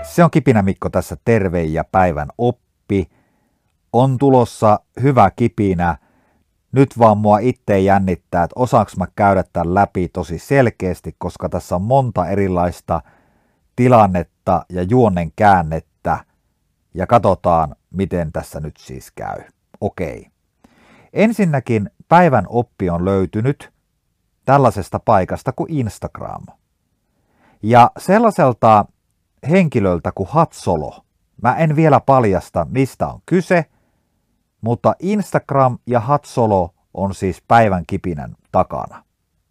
Se on Kipinä Mikko tässä, terve ja päivän oppi. On tulossa hyvä kipinä. Nyt vaan mua itse jännittää, että osaanko mä käydä tämän läpi tosi selkeästi, koska tässä on monta erilaista tilannetta ja juonnen käännettä. Ja katsotaan, miten tässä nyt siis käy. Okei. Ensinnäkin päivän oppi on löytynyt tällaisesta paikasta kuin Instagram. Ja sellaiselta henkilöltä kuin Hatsolo. Mä en vielä paljasta, mistä on kyse, mutta Instagram ja Hatsolo on siis päivän kipinän takana.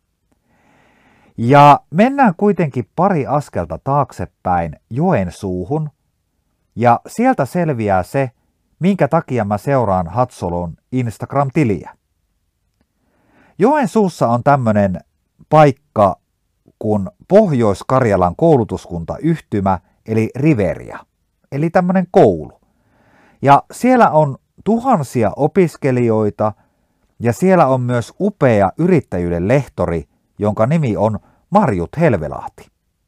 Ja mennään kuitenkin pari askelta taaksepäin Joensuuhun, ja sieltä selviää se, minkä takia mä seuraan Hatsolon Instagram-tiliä. Joensuussa on tämmönen paikka kuin Pohjois-Karjalan koulutuskuntayhtymä, eli Riveria, eli tämmöinen koulu. Ja siellä on tuhansia opiskelijoita, ja siellä on myös upea yrittäjyyden lehtori, jonka nimi on Marjut Helvelahti.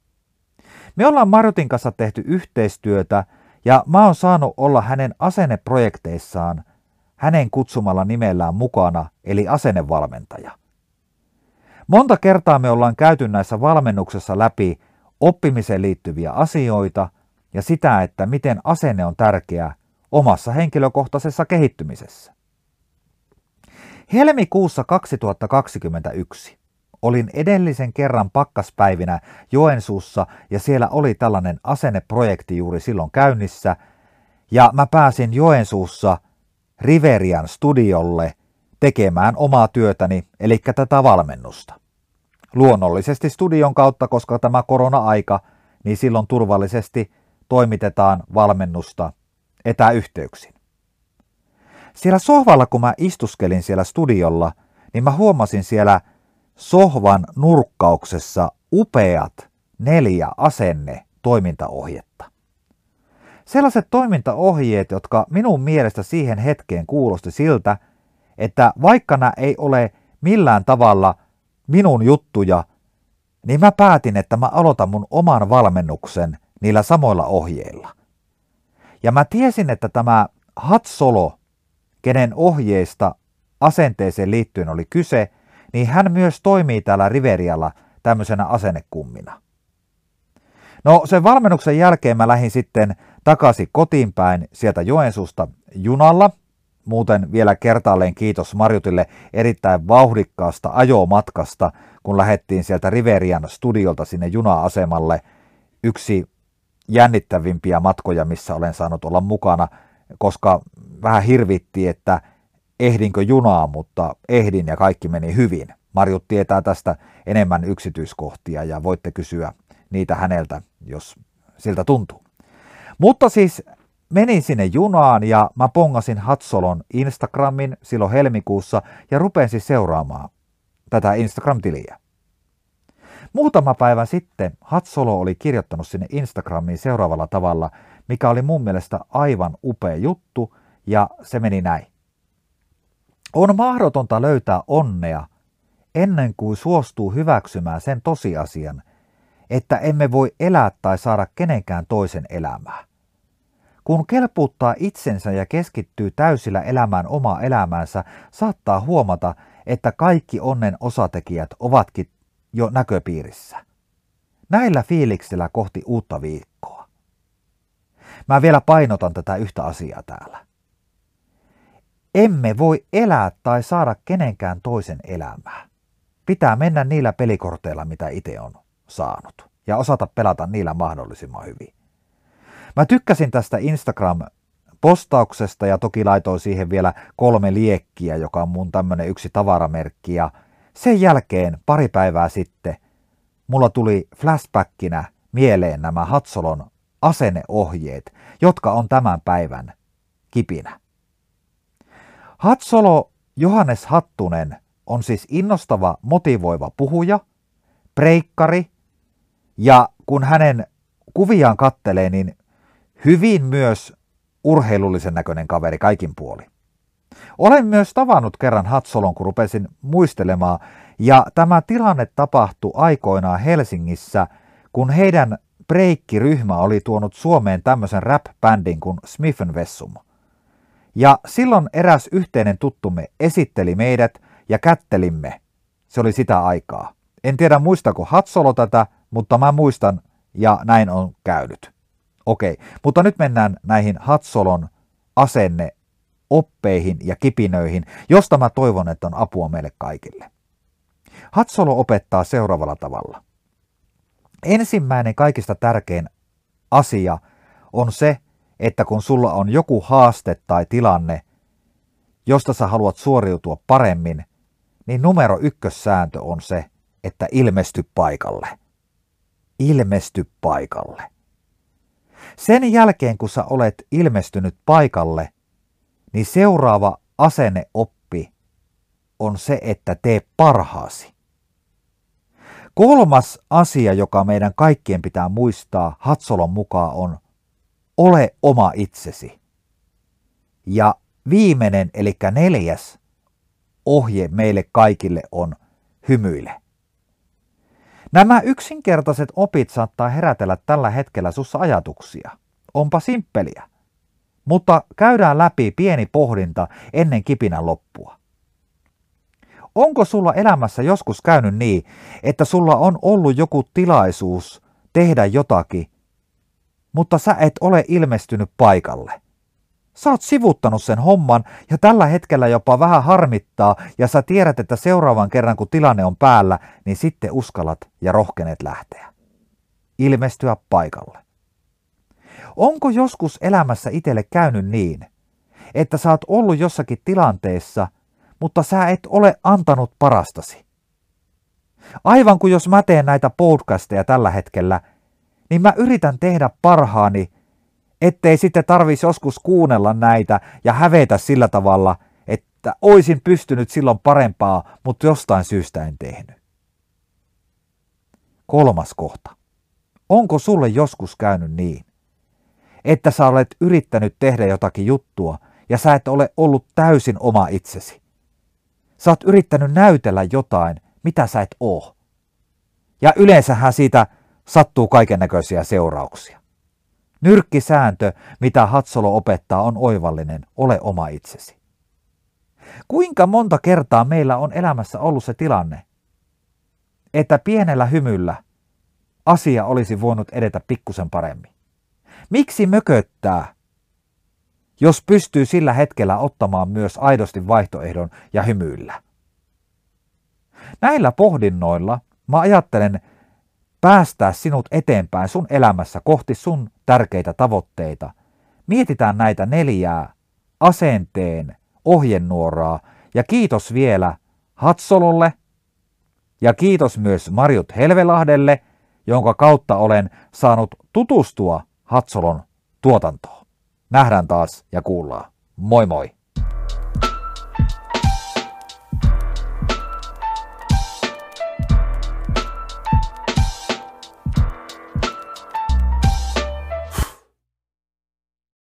Me ollaan Marjutin kanssa tehty yhteistyötä, ja mä oon saanut olla hänen asenneprojekteissaan hänen kutsumalla nimellään mukana, eli asennevalmentaja. Monta kertaa me ollaan käyty näissä valmennuksissa läpi oppimiseen liittyviä asioita ja sitä, että miten asenne on tärkeä omassa henkilökohtaisessa kehittymisessä. Helmikuussa 2021 olin edellisen kerran pakkaspäivinä Joensuussa ja siellä oli tällainen asenneprojekti juuri silloin käynnissä ja mä pääsin Joensuussa Riverian studiolle tekemään omaa työtäni, eli tätä valmennusta. Luonnollisesti studion kautta, koska tämä korona-aika, niin silloin turvallisesti toimitetaan valmennusta etäyhteyksin. Siellä sohvalla, kun mä istuskelin siellä studiolla, niin mä huomasin siellä sohvan nurkkauksessa upeat 4 asenne-toimintaohjetta. Sellaiset toimintaohjeet, jotka minun mielestä siihen hetkeen kuulosti siltä, että vaikka nämä ei ole millään tavalla minun juttuja, niin mä päätin, että mä aloitan mun oman valmennuksen niillä samoilla ohjeilla. Ja mä tiesin, että tämä Hatsolo, kenen ohjeista asenteeseen liittyen oli kyse, niin hän myös toimii täällä Riverialla tämmöisenä asennekummina. No sen valmennuksen jälkeen mä lähdin sitten takaisin kotiin päin sieltä Joensuusta junalla. Muuten vielä kertaalleen kiitos Marjutille erittäin vauhdikkaasta ajomatkasta, kun lähdettiin sieltä Riverian studiolta sinne juna-asemalle. Yksi jännittävimpiä matkoja, missä olen saanut olla mukana, koska vähän hirvitti, että ehdinkö junaa, mutta ehdin ja kaikki meni hyvin. Marjut tietää tästä enemmän yksityiskohtia ja voitte kysyä niitä häneltä, jos siltä tuntuu. Mutta siis menin sinne junaan ja mä pongasin Hatsolon Instagramin silloin helmikuussa ja rupesin seuraamaan tätä Instagram-tiliä. Muutama päivä sitten Hatsolo oli kirjoittanut sinne Instagramiin seuraavalla tavalla, mikä oli mun mielestä aivan upea juttu ja se meni näin. On mahdotonta löytää onnea ennen kuin suostuu hyväksymään sen tosiasian, että emme voi elää tai saada kenenkään toisen elämää. Kun kelpuuttaa itsensä ja keskittyy täysillä elämään omaa elämäänsä, saattaa huomata, että kaikki onnen osatekijät ovatkin jo näköpiirissä. Näillä fiiliksillä kohti uutta viikkoa. Mä vielä painotan tätä yhtä asiaa täällä. Emme voi elää tai saada kenenkään toisen elämää. Pitää mennä niillä pelikorteilla, mitä itse on saanut, ja osata pelata niillä mahdollisimman hyvin. Mä tykkäsin tästä Instagram-postauksesta ja toki laitoin siihen vielä 3 liekkiä, joka on mun tämmönen yksi tavaramerkki. Ja sen jälkeen pari päivää sitten mulla tuli flashbackinä mieleen nämä Hatsolon asenneohjeet, jotka on tämän päivän kipinä. Hatsolo Johannes Hattunen on siis innostava, motivoiva puhuja, breikkari ja kun hänen kuviaan kattelee, niin hyvin myös urheilullisen näköinen kaveri kaikin puoli. Olen myös tavannut kerran Hatsolon, kun rupesin muistelemaan, ja tämä tilanne tapahtui aikoinaan Helsingissä, kun heidän breikkiryhmä oli tuonut Suomeen tämmöisen rap-bändin kuin Smith & Wesson. Ja silloin eräs yhteinen tuttumme esitteli meidät ja kättelimme. Se oli sitä aikaa. En tiedä muistako Hatsolo tätä, mutta mä muistan ja näin on käynyt. Okei, mutta nyt mennään näihin Hatsolon asenneoppeihin ja kipinöihin, josta mä toivon, että on apua meille kaikille. Hatsolo opettaa seuraavalla tavalla. Ensimmäinen kaikista tärkein asia on se, että kun sulla on joku haaste tai tilanne, josta sä haluat suoriutua paremmin, niin numero 1 sääntö on se, että ilmesty paikalle. Ilmesty paikalle. Sen jälkeen, kun sä olet ilmestynyt paikalle, niin seuraava asenneoppi on se, että tee parhaasi. 3. asia, joka meidän kaikkien pitää muistaa Hatsolon mukaan on ole oma itsesi. Ja viimeinen, eli 4. ohje meille kaikille on hymyile. Nämä yksinkertaiset opit saattaa herätellä tällä hetkellä sussa ajatuksia. Onpa simppeliä. Mutta käydään läpi pieni pohdinta ennen kipinän loppua. Onko sulla elämässä joskus käynyt niin, että sulla on ollut joku tilaisuus tehdä jotakin, mutta sä et ole ilmestynyt paikalle? Sä oot sivuttanut sen homman ja tällä hetkellä jopa vähän harmittaa ja sä tiedät, että seuraavan kerran kun tilanne on päällä, niin sitten uskallat ja rohkenet lähteä. Ilmestyä paikalle. Onko joskus elämässä itselle käynyt niin, että sä oot ollut jossakin tilanteessa, mutta sä et ole antanut parastasi? Aivan kuin jos mä teen näitä podcasteja tällä hetkellä, niin mä yritän tehdä parhaani, ettei sitten tarvitsisi joskus kuunnella näitä ja hävetä sillä tavalla, että oisin pystynyt silloin parempaa, mutta jostain syystä en tehnyt. 3. kohta. Onko sulle joskus käynyt niin, että sä olet yrittänyt tehdä jotakin juttua ja sä et ole ollut täysin oma itsesi? Sä oot yrittänyt näytellä jotain, mitä sä et oo. Ja yleensähän siitä sattuu kaikennäköisiä seurauksia. Nyrkkisääntö, mitä Hatsolo opettaa, on oivallinen, ole oma itsesi. Kuinka monta kertaa meillä on elämässä ollut se tilanne, että pienellä hymyllä asia olisi voinut edetä pikkusen paremmin? Miksi mököttää, jos pystyy sillä hetkellä ottamaan myös aidosti vaihtoehdon ja hymyillä? Näillä pohdinnoilla mä ajattelen päästää sinut eteenpäin sun elämässä kohti sun tärkeitä tavoitteita. Mietitään näitä 4 asenteen ohjenuoraa ja kiitos vielä Hatsololle ja kiitos myös Marjut Helvelahdelle, jonka kautta olen saanut tutustua Hatsolon tuotantoon. Nähdään taas ja kuullaan. Moi moi!